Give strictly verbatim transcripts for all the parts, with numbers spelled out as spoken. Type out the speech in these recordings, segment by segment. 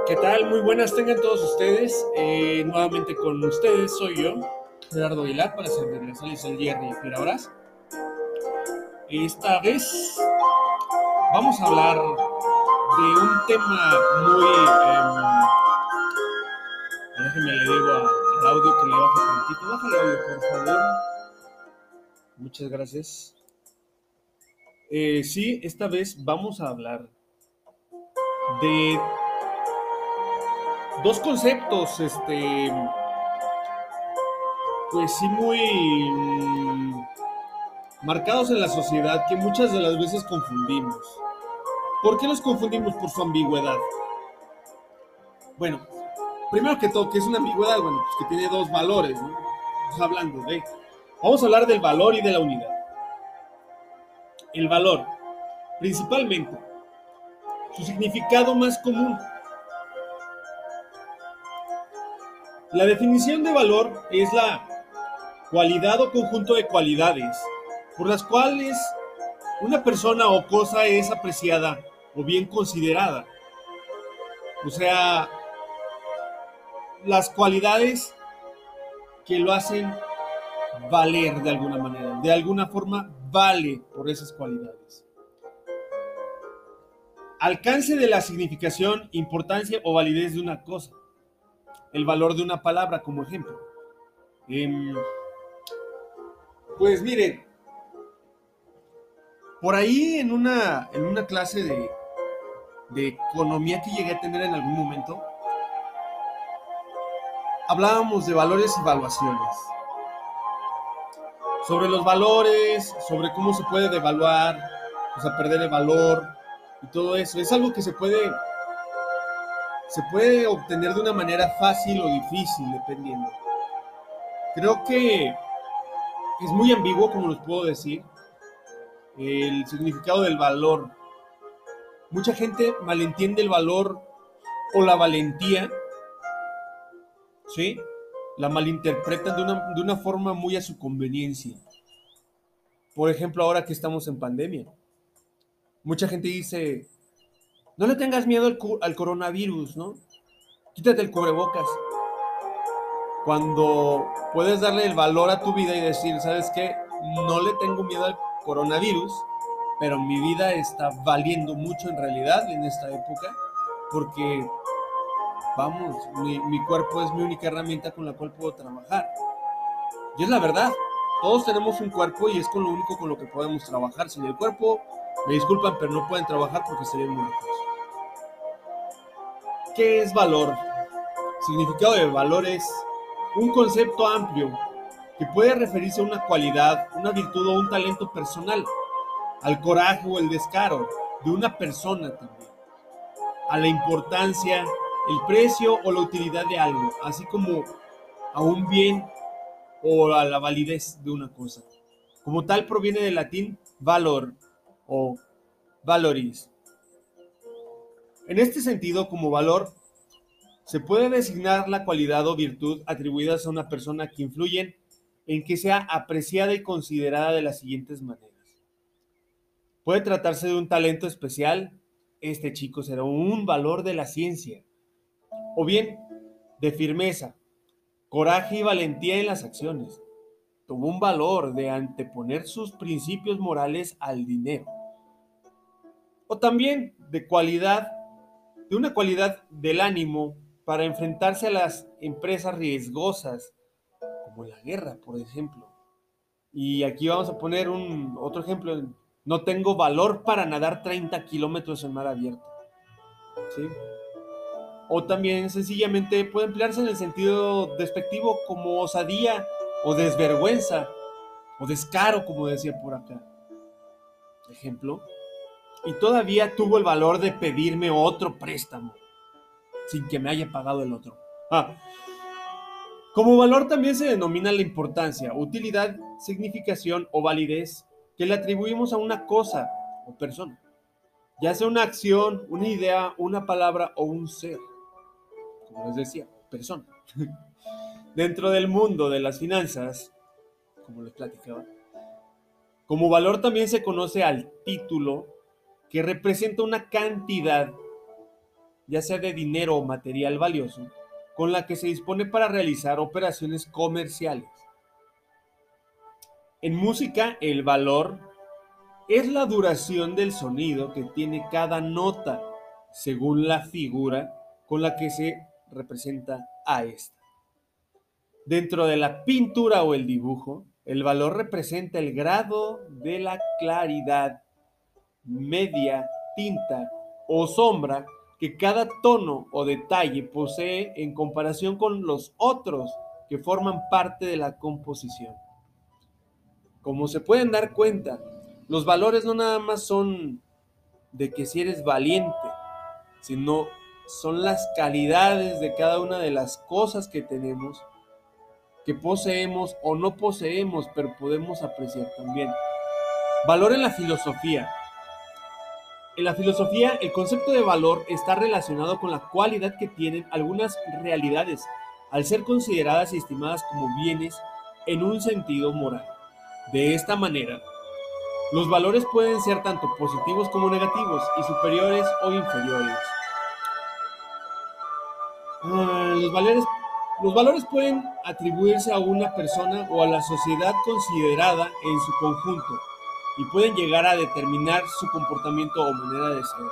¿Qué tal? Muy buenas tengan todos ustedes. Eh, nuevamente con ustedes soy yo, Gerardo Aguilar, para servirles a Liz el Jerry y Firabras. Esta vez vamos a hablar de un tema muy... Eh, déjenme le digo a- al audio que le baje tantito. Baja el audio, por favor. Muchas gracias. Eh, sí, esta vez vamos a hablar de dos conceptos, este, pues sí, muy... mm, marcados en la sociedad que muchas de las veces confundimos. ¿Por qué los confundimos? Por su ambigüedad. Bueno, primero que todo, ¿qué es una ambigüedad? Bueno, pues que tiene dos valores, ¿no? Estamos hablando de... Vamos a hablar del valor y de la unidad. El valor, principalmente, su significado más común. La definición de valor es la cualidad o conjunto de cualidades por las cuales una persona o cosa es apreciada o bien considerada. O sea, las cualidades que lo hacen valer de alguna manera, de alguna forma vale por esas cualidades. Alcance de la significación, importancia o validez de una cosa. El valor de una palabra como ejemplo. Eh, pues miren, por ahí en una, en una clase de, de economía que llegué a tener en algún momento, hablábamos de valores y evaluaciones. Sobre los valores, sobre cómo se puede devaluar, o sea, perder el valor y todo eso. Es algo que se puede se puede obtener de una manera fácil o difícil, dependiendo. Creo que es muy ambiguo, como les puedo decir, el significado del valor. Mucha gente malentiende el valor o la valentía, ¿sí? La malinterpretan de una, de una forma muy a su conveniencia. Por ejemplo, ahora que estamos en pandemia, mucha gente dice, no le tengas miedo al, al coronavirus, ¿no? Quítate el cubrebocas. Cuando puedes darle el valor a tu vida y decir, ¿sabes qué? No le tengo miedo al coronavirus, pero mi vida está valiendo mucho en realidad en esta época, porque, vamos, mi, mi cuerpo es mi única herramienta con la cual puedo trabajar. Y es la verdad, todos tenemos un cuerpo y es con lo único con lo que podemos trabajar. Sin el cuerpo, me disculpan, pero no pueden trabajar porque estarían muertos. ¿Qué es valor? Significado de valor es un concepto amplio que puede referirse a una cualidad, una virtud o un talento personal, al coraje o el descaro de una persona también, a la importancia, el precio o la utilidad de algo, así como a un bien o a la validez de una cosa. Como tal proviene del latín valor o valoris. En este sentido, como valor, se puede designar la cualidad o virtud atribuidas a una persona que influyen en que sea apreciada y considerada de las siguientes maneras. Puede tratarse de un talento especial, este chico será un valor de la ciencia, o bien de firmeza, coraje y valentía en las acciones. Tuvo un valor de anteponer sus principios morales al dinero. O también de cualidad, de una cualidad del ánimo para enfrentarse a las empresas riesgosas, como la guerra, por ejemplo. Y aquí vamos a poner un otro ejemplo. No tengo valor para nadar treinta kilómetros en mar abierto. ¿Sí? O también sencillamente puede emplearse en el sentido despectivo como osadía o desvergüenza o descaro, como decía por acá. Ejemplo. Y todavía tuvo el valor de pedirme otro préstamo sin que me haya pagado el otro. Ah, como valor también se denomina la importancia, utilidad, significación o validez que le atribuimos a una cosa o persona, ya sea una acción, una idea, una palabra o un ser, como les decía, persona. Dentro del mundo de las finanzas, como les platicaba, como valor también se conoce al título que representa una cantidad ya sea de dinero o material valioso, con la que se dispone para realizar operaciones comerciales. En música, el valor es la duración del sonido que tiene cada nota, según la figura con la que se representa a esta. Dentro de la pintura o el dibujo, el valor representa el grado de la claridad, media, tinta o sombra que cada tono o detalle posee en comparación con los otros que forman parte de la composición. Como se pueden dar cuenta, los valores no nada más son de que si eres valiente, sino son las calidades de cada una de las cosas que tenemos, que poseemos o no poseemos, pero podemos apreciar también. Valor en la filosofía. En la filosofía, el concepto de valor está relacionado con la cualidad que tienen algunas realidades, al ser consideradas y estimadas como bienes en un sentido moral. De esta manera, los valores pueden ser tanto positivos como negativos y superiores o inferiores. Ah, los, valores, los valores pueden atribuirse a una persona o a la sociedad considerada en su conjunto y pueden llegar a determinar su comportamiento o manera de ser.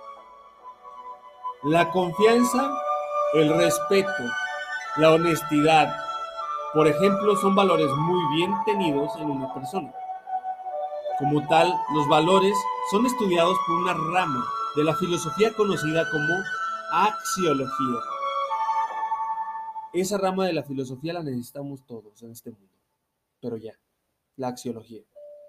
La confianza, el respeto, la honestidad, por ejemplo, son valores muy bien tenidos en una persona. Como tal, los valores son estudiados por una rama de la filosofía conocida como axiología. Esa rama de la filosofía la necesitamos todos en este mundo, pero ya, la axiología.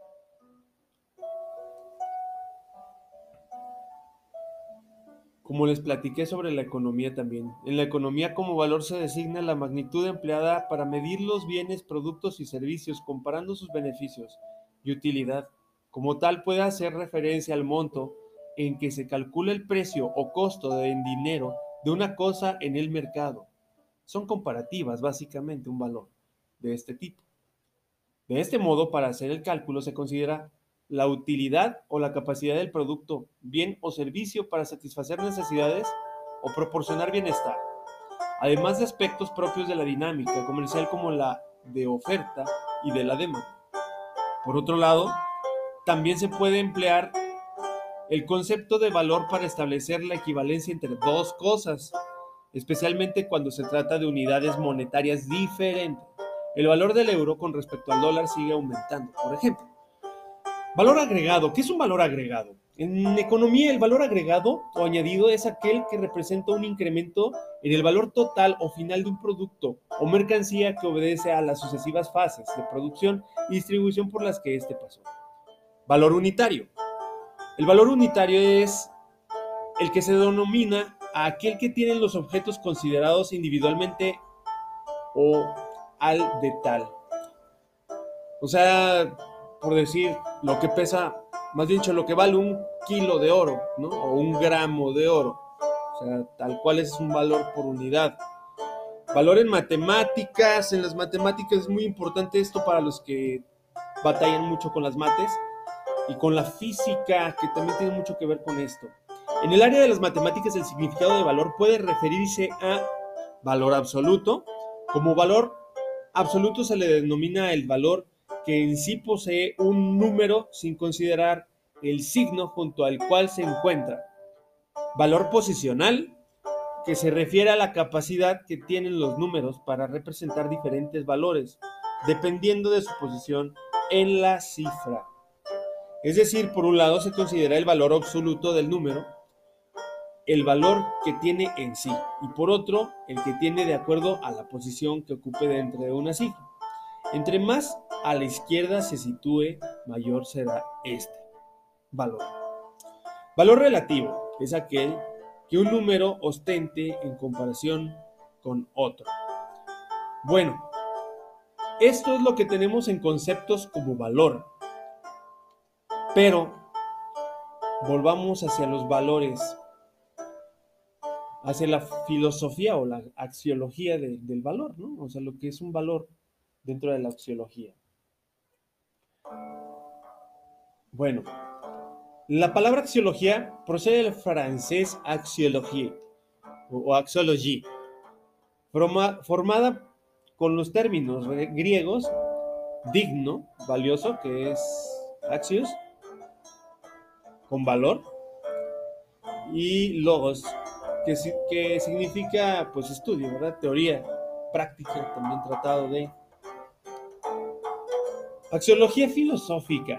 Como les platiqué sobre la economía también, en la economía como valor se designa la magnitud empleada para medir los bienes, productos y servicios comparando sus beneficios y utilidad. Como tal puede hacer referencia al monto en que se calcula el precio o costo de, en dinero de una cosa en el mercado. Son comparativas, básicamente, un valor de este tipo. De este modo, para hacer el cálculo se considera la utilidad o la capacidad del producto, bien o servicio para satisfacer necesidades o proporcionar bienestar, además de aspectos propios de la dinámica comercial como la de oferta y de la demanda. Por otro lado, también se puede emplear el concepto de valor para establecer la equivalencia entre dos cosas, especialmente cuando se trata de unidades monetarias diferentes. El valor del euro con respecto al dólar sigue aumentando, por ejemplo. Valor agregado. ¿Qué es un valor agregado? En economía, el valor agregado o añadido es aquel que representa un incremento en el valor total o final de un producto o mercancía que obedece a las sucesivas fases de producción y distribución por las que éste pasó. Valor unitario. El valor unitario es el que se denomina a aquel que tienen los objetos considerados individualmente o al de tal. O sea, por decir, lo que pesa, más bien dicho, lo que vale un kilo de oro, ¿no? O un gramo de oro. O sea, tal cual es un valor por unidad. Valor en matemáticas. En las matemáticas es muy importante esto para los que batallan mucho con las mates y con la física, que también tiene mucho que ver con esto. En el área de las matemáticas, el significado de valor puede referirse a valor absoluto. Como valor absoluto se le denomina el valor que en sí posee un número sin considerar el signo junto al cual se encuentra. Valor posicional, que se refiere a la capacidad que tienen los números para representar diferentes valores, dependiendo de su posición en la cifra. Es decir, por un lado se considera el valor absoluto del número, el valor que tiene en sí, y por otro, el que tiene de acuerdo a la posición que ocupe dentro de una cifra. Entre más a la izquierda se sitúe, mayor será este valor. Valor relativo es aquel que un número ostente en comparación con otro. Bueno, esto es lo que tenemos en conceptos como valor. Pero volvamos hacia los valores, hacia la filosofía o la axiología de, del valor, ¿no? O sea, lo que es un valor dentro de la axiología. Bueno, la palabra axiología procede del francés axiologie, o axiology, forma, formada con los términos griegos digno, valioso, que es axios, con valor, y logos, que, que significa pues estudio, ¿verdad? Teoría, práctica, también tratado de. Axiología filosófica.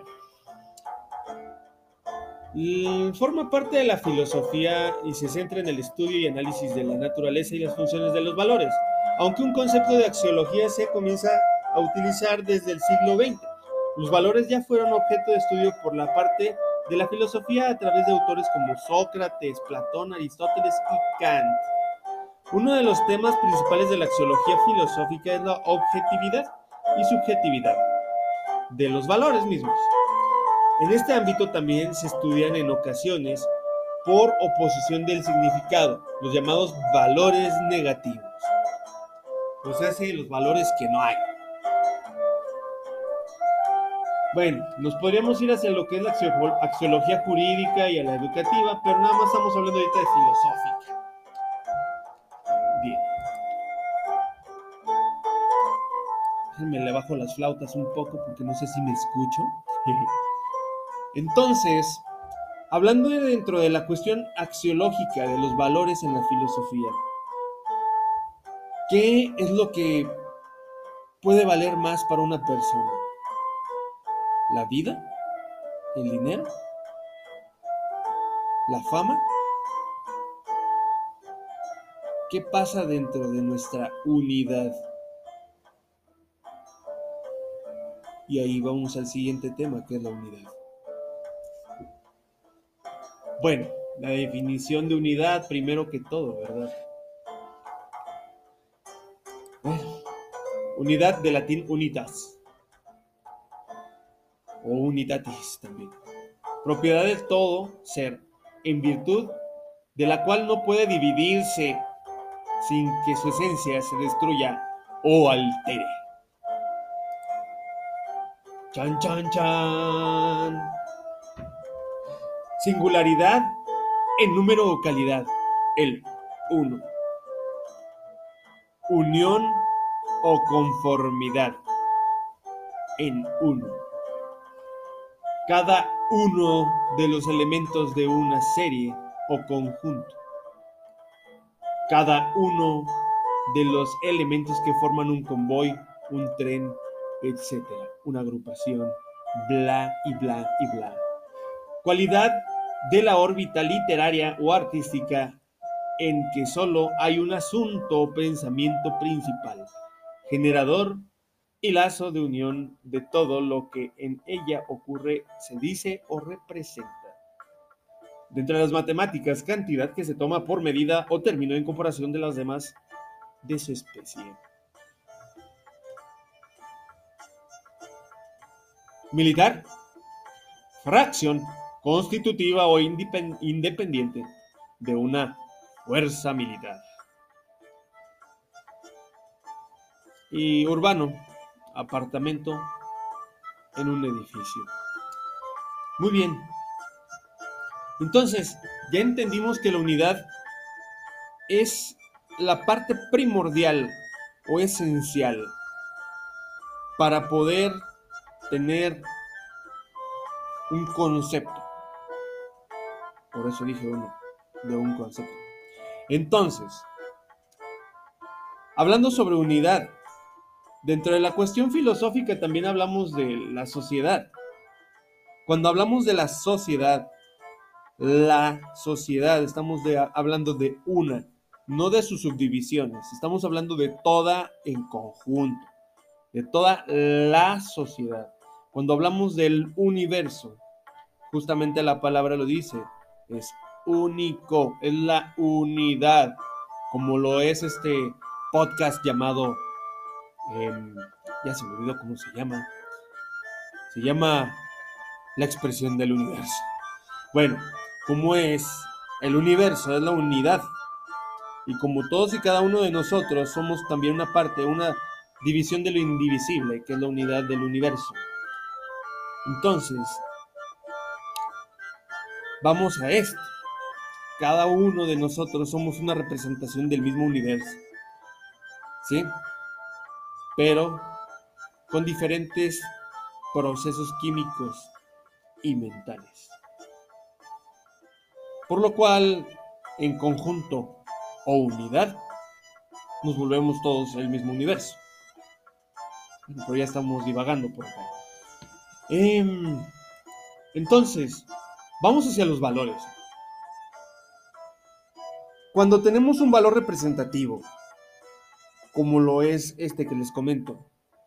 Forma parte de la filosofía y se centra en el estudio y análisis de la naturaleza y las funciones de los valores, aunque un concepto de axiología se comienza a utilizar desde el siglo veinte. Los valores ya fueron objeto de estudio por la parte de la filosofía a través de autores como Sócrates, Platón, Aristóteles y Kant. Uno de los temas principales de la axiología filosófica es la objetividad y subjetividad de los valores mismos. En este ámbito también se estudian en ocasiones por oposición del significado, los llamados valores negativos. O sea, sí, los valores que no hay. Bueno, nos podríamos ir hacia lo que es la axiología jurídica y a la educativa, pero nada más estamos hablando ahorita de filosófica. Bien. Déjenme le bajo las flautas un poco porque no sé si me escucho. Entonces, hablando de dentro de la cuestión axiológica de los valores en la filosofía, ¿qué es lo que puede valer más para una persona? ¿La vida? ¿El dinero? ¿La fama? ¿Qué pasa dentro de nuestra unidad? Y ahí vamos al siguiente tema, que es la unidad. Bueno, la definición de unidad primero que todo, ¿verdad? Bueno, unidad de latín unitas o unitatis también. Propiedad de todo ser, en virtud de la cual no puede dividirse sin que su esencia se destruya o altere. Chan, chan, chan. Singularidad en número o calidad, el uno. Unión o conformidad, en uno. Cada uno de los elementos de una serie o conjunto. Cada uno de los elementos que forman un convoy, un tren, etcétera. Una agrupación, bla y bla y bla. Cualidad de la órbita literaria o artística en que solo hay un asunto o pensamiento principal, generador y lazo de unión de todo lo que en ella ocurre, se dice o representa. Dentro de las matemáticas, cantidad que se toma por medida o término en comparación de las demás de su especie. Militar, fracción constitutiva o independiente de una fuerza militar. Y urbano, apartamento en un edificio. Muy bien. Entonces, ya entendimos que la unidad es la parte primordial o esencial para poder tener un concepto. Por eso dije uno, de un concepto. Entonces, hablando sobre unidad, dentro de la cuestión filosófica también hablamos de la sociedad. Cuando hablamos de la sociedad, la sociedad, estamos de, hablando de una, no de sus subdivisiones. Estamos hablando de toda en conjunto, de toda la sociedad. Cuando hablamos del universo, justamente la palabra lo dice, es único, es la unidad, como lo es este podcast llamado, eh, ya se me olvidó cómo se llama, se llama La expresión del universo. Bueno, como es el universo, es la unidad, y como todos y cada uno de nosotros somos también una parte, una división de lo indivisible, que es la unidad del universo. Entonces, vamos a esto. cada uno de nosotros somos una representación del mismo universo, ¿sí? Pero con diferentes procesos químicos y mentales. Por lo cual, en conjunto o unidad, nos volvemos todos el mismo universo. Pero ya estamos divagando por acá. Eh, entonces, vamos hacia los valores. Cuando tenemos un valor representativo, como lo es este que les comento,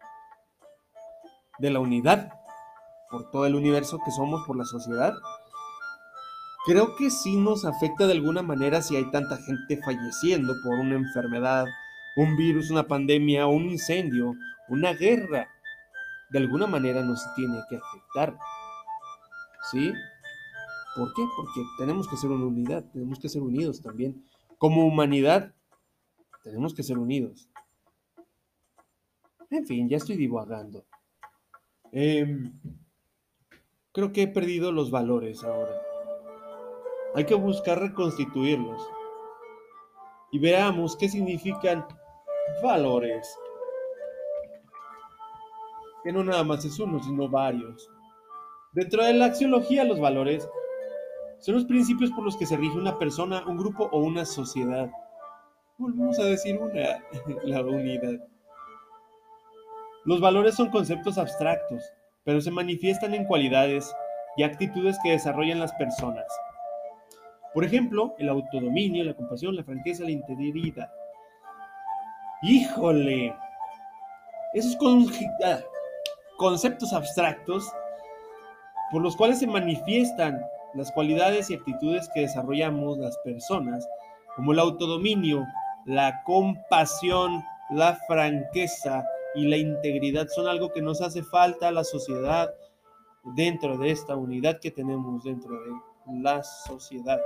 de la unidad, por todo el universo que somos, por la sociedad, creo que sí nos afecta de alguna manera si hay tanta gente falleciendo por una enfermedad, un virus, una pandemia, un incendio, una guerra. De alguna manera nos tiene que afectar, ¿sí? ¿Por qué? Porque tenemos que ser una unidad, tenemos que ser unidos también. Como humanidad, tenemos que ser unidos. En fin, ya estoy divagando. Eh, creo que he perdido los valores ahora. Hay que buscar reconstituirlos. Y veamos qué significan valores. Que no nada más es uno, sino varios. Dentro de la axiología, los valores son los principios por los que se rige una persona, un grupo o una sociedad. Volvemos a decir una, la unidad. Los valores son conceptos abstractos, pero se manifiestan en cualidades y actitudes que desarrollan las personas. Por ejemplo, el autodominio, la compasión, la franqueza, la integridad. ¡Híjole! Esos con, ah, conceptos abstractos por los cuales se manifiestan las cualidades y actitudes que desarrollamos las personas, como el autodominio, la compasión, la franqueza y la integridad, son algo que nos hace falta a la sociedad dentro de esta unidad que tenemos dentro de la sociedad.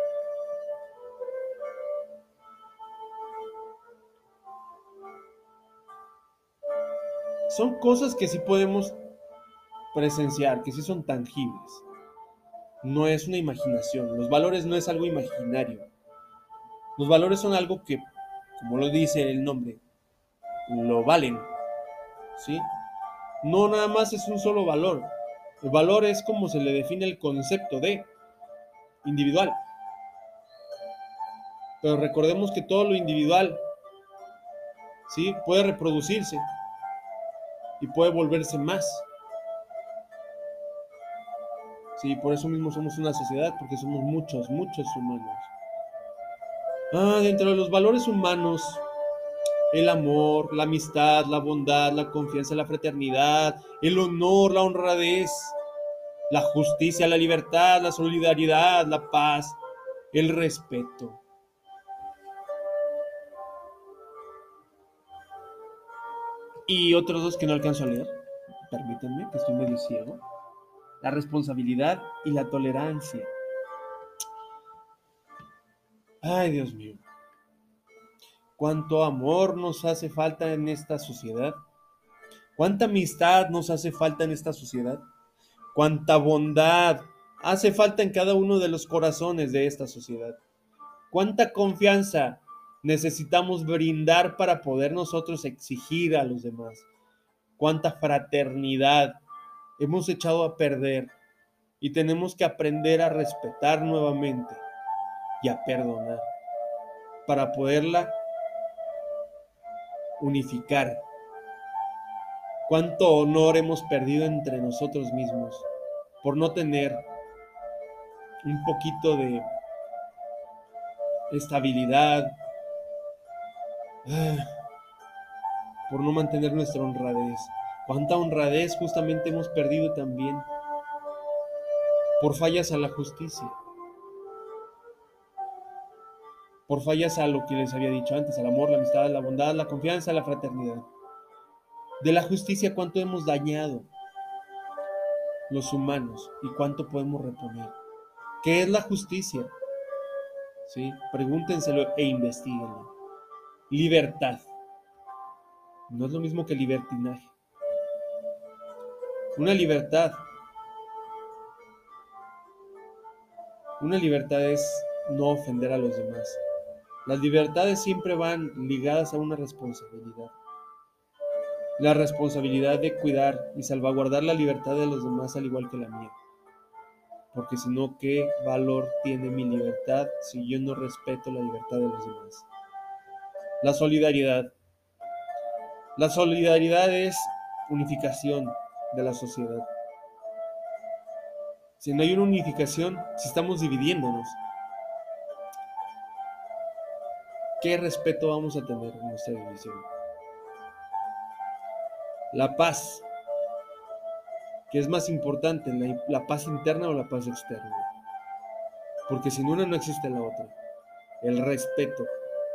Son cosas que sí podemos presenciar, que sí son tangibles. No es una imaginación. Los valores no es algo imaginario. Los valores son algo que, como lo dice el nombre, lo valen, ¿sí? No nada más es un solo valor. El valor es como se le define el concepto de individual. Pero recordemos que todo lo individual, ¿sí?, puede reproducirse y puede volverse más. Sí, por eso mismo somos una sociedad, porque somos muchos, muchos humanos. Ah, dentro de los valores humanos, el amor, la amistad, la bondad, la confianza, la fraternidad, el honor, la honradez, la justicia, la libertad, la solidaridad, la paz, el respeto. Y otros dos que no alcanzo a leer, permítanme, que estoy medio ciego. La responsabilidad y la tolerancia. Ay, Dios mío. ¿Cuánto amor nos hace falta en esta sociedad? ¿Cuánta amistad nos hace falta en esta sociedad? ¿Cuánta bondad hace falta en cada uno de los corazones de esta sociedad? ¿Cuánta confianza necesitamos brindar para poder nosotros exigir a los demás? ¿Cuánta fraternidad hemos echado a perder y tenemos que aprender a respetar nuevamente y a perdonar para poderla unificar? ¿Cuánto honor hemos perdido entre nosotros mismos por no tener un poquito de estabilidad, por no mantener nuestra honradez? ¿Cuánta honradez justamente hemos perdido también por fallas a la justicia? Por fallas a lo que les había dicho antes, al amor, la amistad, la bondad, la confianza, la fraternidad. De la justicia, ¿cuánto hemos dañado los humanos y cuánto podemos reponer? ¿Qué es la justicia? ¿Sí? Pregúntenselo e investiguenlo. Libertad. No es lo mismo que libertinaje. Una libertad. Una libertad es no ofender a los demás. Las libertades siempre van ligadas a una responsabilidad. La responsabilidad de cuidar y salvaguardar la libertad de los demás al igual que la mía. Porque si no, ¿qué valor tiene mi libertad si yo no respeto la libertad de los demás? La solidaridad. La solidaridad es unificación de la sociedad. Si no hay una unificación, si estamos dividiéndonos, ¿qué respeto vamos a tener en nuestra división? La paz, que es más importante, la, la paz interna o la paz externa. Porque sin una no existe la otra. El respeto.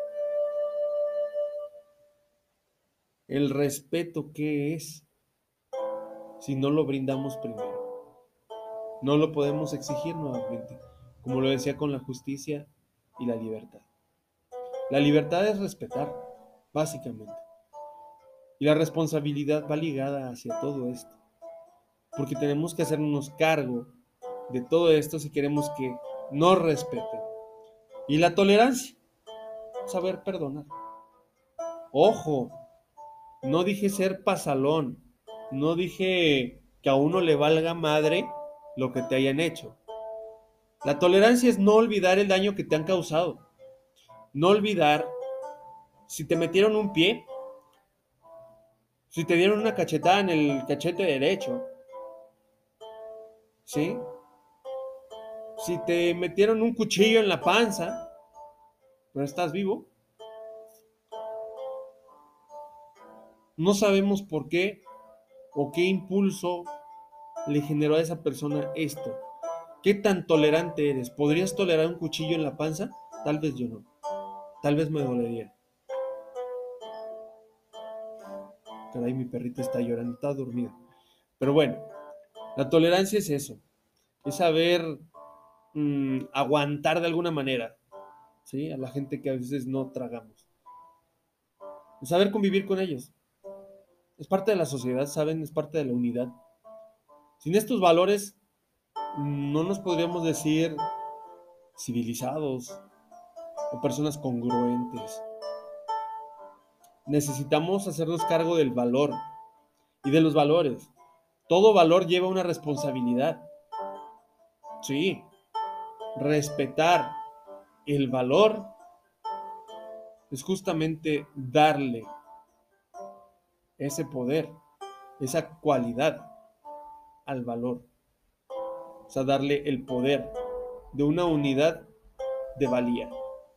El respeto, ¿qué es? Si no lo brindamos primero. No lo podemos exigir nuevamente, como lo decía con la justicia y la libertad. La libertad es respetar, básicamente. Y la responsabilidad va ligada hacia todo esto. Porque tenemos que hacernos cargo de todo esto si queremos que nos respeten. Y la tolerancia, saber perdonar. Ojo, no dije ser pasalón, no dije que a uno le valga madre lo que te hayan hecho. La tolerancia es no olvidar el daño que te han causado. No olvidar si te metieron un pie, si te dieron una cachetada en el cachete derecho, ¿sí? Si te metieron un cuchillo en la panza, pero estás vivo. No sabemos por qué o qué impulso le generó a esa persona esto. ¿Qué tan tolerante eres? ¿Podrías tolerar un cuchillo en la panza? Tal vez yo no. Tal vez me dolería. Caray, mi perrita está llorando, está dormida. Pero bueno, la tolerancia es eso. Es saber mmm, aguantar de alguna manera, ¿sí? A la gente que a veces no tragamos. Es saber convivir con ellos. Es parte de la sociedad, ¿saben? Es parte de la unidad. Sin estos valores, no nos podríamos decir civilizados o personas congruentes. Necesitamos hacernos cargo del valor y de los valores. Todo valor lleva una responsabilidad. Sí, respetar el valor es justamente darle ese poder, esa cualidad al valor. O sea, darle el poder de una unidad de valía.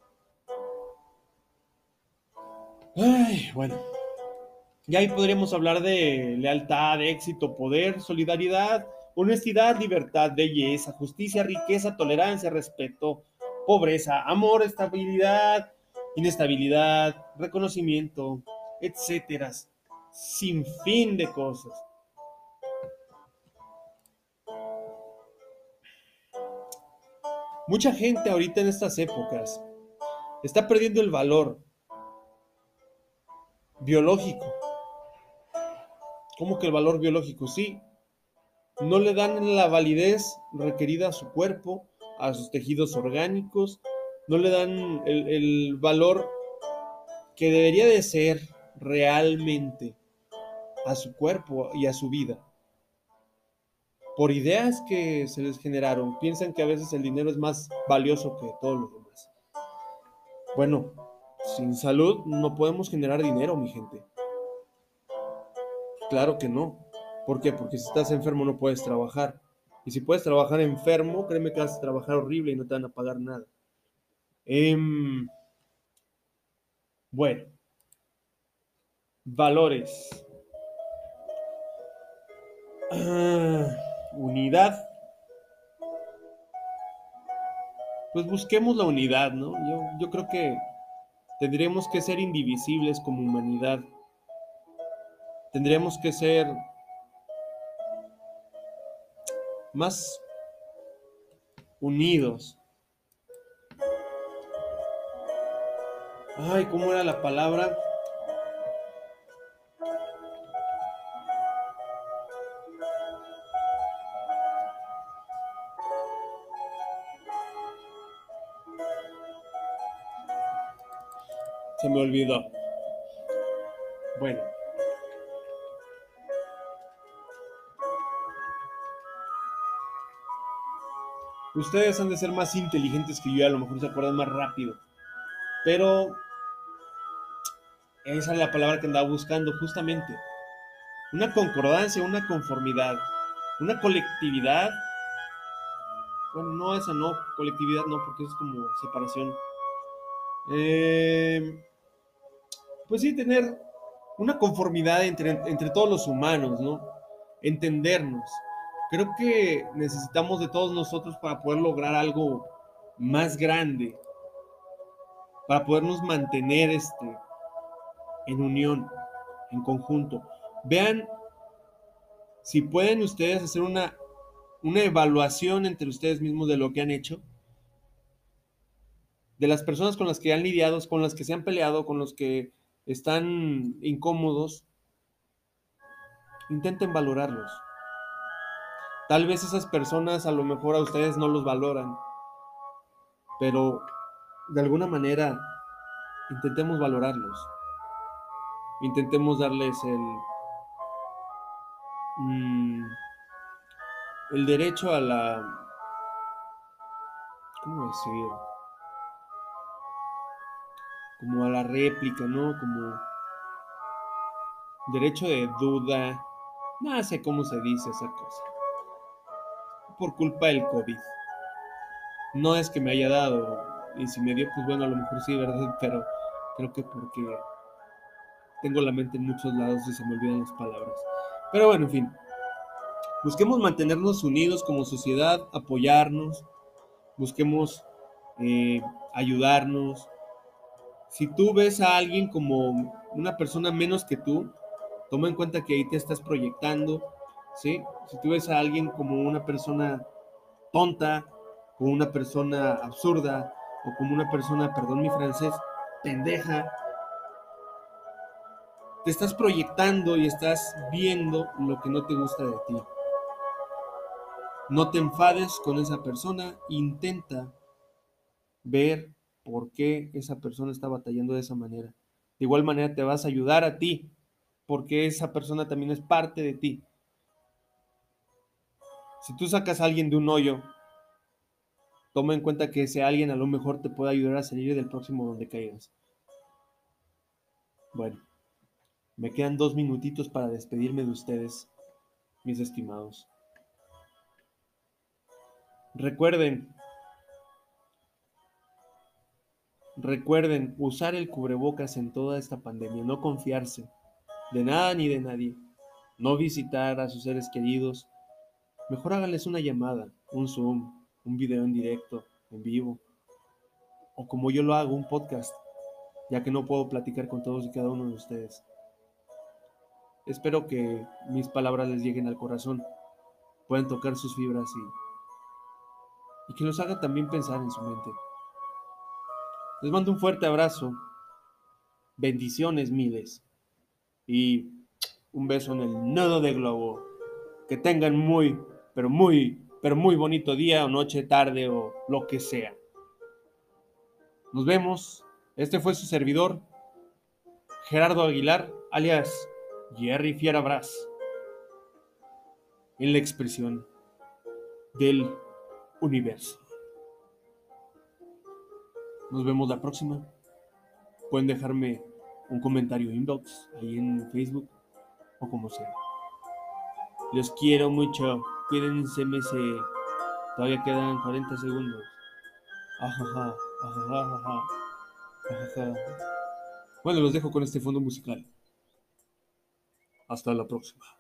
Ay, bueno. Y ahí podríamos hablar de lealtad, éxito, poder, solidaridad, honestidad, libertad, belleza, justicia, riqueza, tolerancia, respeto, pobreza, amor, estabilidad, inestabilidad, reconocimiento, etcétera. Sin fin de cosas. Mucha gente ahorita en estas épocas está perdiendo el valor biológico. ¿Cómo que el valor biológico? Sí, no le dan la validez requerida a su cuerpo, a sus tejidos orgánicos, no le dan el, el valor que debería de ser realmente a su cuerpo y a su vida. Por ideas que se les generaron, piensan que a veces el dinero es más valioso que todos los demás. Bueno, sin salud no podemos generar dinero, mi gente. Claro que no. ¿Por qué? Porque si estás enfermo no puedes trabajar. Y si puedes trabajar enfermo, créeme que vas a trabajar horrible y no te van a pagar nada. Eh, bueno, valores. Ah, unidad. Pues busquemos la unidad, ¿no? Yo, yo creo que tendríamos que ser indivisibles como humanidad. Tendríamos que ser más unidos. Ay, ¿cómo era la palabra? Se me olvidó. Bueno. Ustedes han de ser más inteligentes que yo, a lo mejor se acuerdan más rápido. Pero esa es la palabra que andaba buscando justamente. Una concordancia, una conformidad, una colectividad. Bueno, no, esa no, colectividad no, porque eso es como separación. Eh, pues sí, tener una conformidad entre, entre todos los humanos, ¿no? Entendernos. Creo que necesitamos de todos nosotros para poder lograr algo más grande, para podernos mantener este, en unión, en conjunto. Vean si pueden ustedes hacer una, una evaluación entre ustedes mismos de lo que han hecho, de las personas con las que han lidiado, con las que se han peleado, con los que están incómodos. Intenten valorarlos. Tal vez esas personas a lo mejor a ustedes no los valoran, pero de alguna manera intentemos valorarlos. Intentemos darles el, mmm, el derecho a la... ¿Cómo decir? Como a la réplica, ¿no? Como derecho de duda. No sé cómo se dice esa cosa. Por culpa del COVID. No es que me haya dado, y si me dio, pues bueno, a lo mejor sí, ¿verdad? Pero creo que porque tengo la mente en muchos lados y se me olvidan las palabras. Pero bueno, en fin. Busquemos mantenernos unidos como sociedad, apoyarnos, busquemos eh, ayudarnos. Si tú ves a alguien como una persona menos que tú, toma en cuenta que ahí te estás proyectando, ¿sí? Si tú ves a alguien como una persona tonta, como una persona absurda, o como una persona, perdón mi francés, pendeja, te estás proyectando y estás viendo lo que no te gusta de ti. No te enfades con esa persona, intenta ver por qué esa persona está batallando de esa manera. De igual manera te vas a ayudar a ti, porque esa persona también es parte de ti. Si tú sacas a alguien de un hoyo, toma en cuenta que ese alguien a lo mejor te puede ayudar a salir del próximo donde caigas. Bueno, me quedan dos minutitos para despedirme de ustedes, mis estimados. Recuerden, recuerden usar el cubrebocas en toda esta pandemia, no confiarse de nada ni de nadie, no visitar a sus seres queridos. Mejor háganles una llamada, un Zoom, un video en directo, en vivo, o como yo lo hago, un podcast, ya que no puedo platicar con todos y cada uno de ustedes. Espero que mis palabras les lleguen al corazón, puedan tocar sus fibras y, y que los haga también pensar en su mente. Les mando un fuerte abrazo, bendiciones miles y un beso en el nodo de globo. Que tengan muy, pero muy, pero muy bonito día o noche, tarde o lo que sea. Nos vemos. Este fue su servidor, Gerardo Aguilar, alias Jerry Fierabras, en la expresión del universo. Nos vemos la próxima. Pueden dejarme un comentario inbox ahí en Facebook o como sea. Los quiero mucho. Cuídense, mese. Todavía quedan cuarenta segundos. Ajaja, ajaja, ajaja, ajaja. Bueno, los dejo con este fondo musical. Hasta la próxima.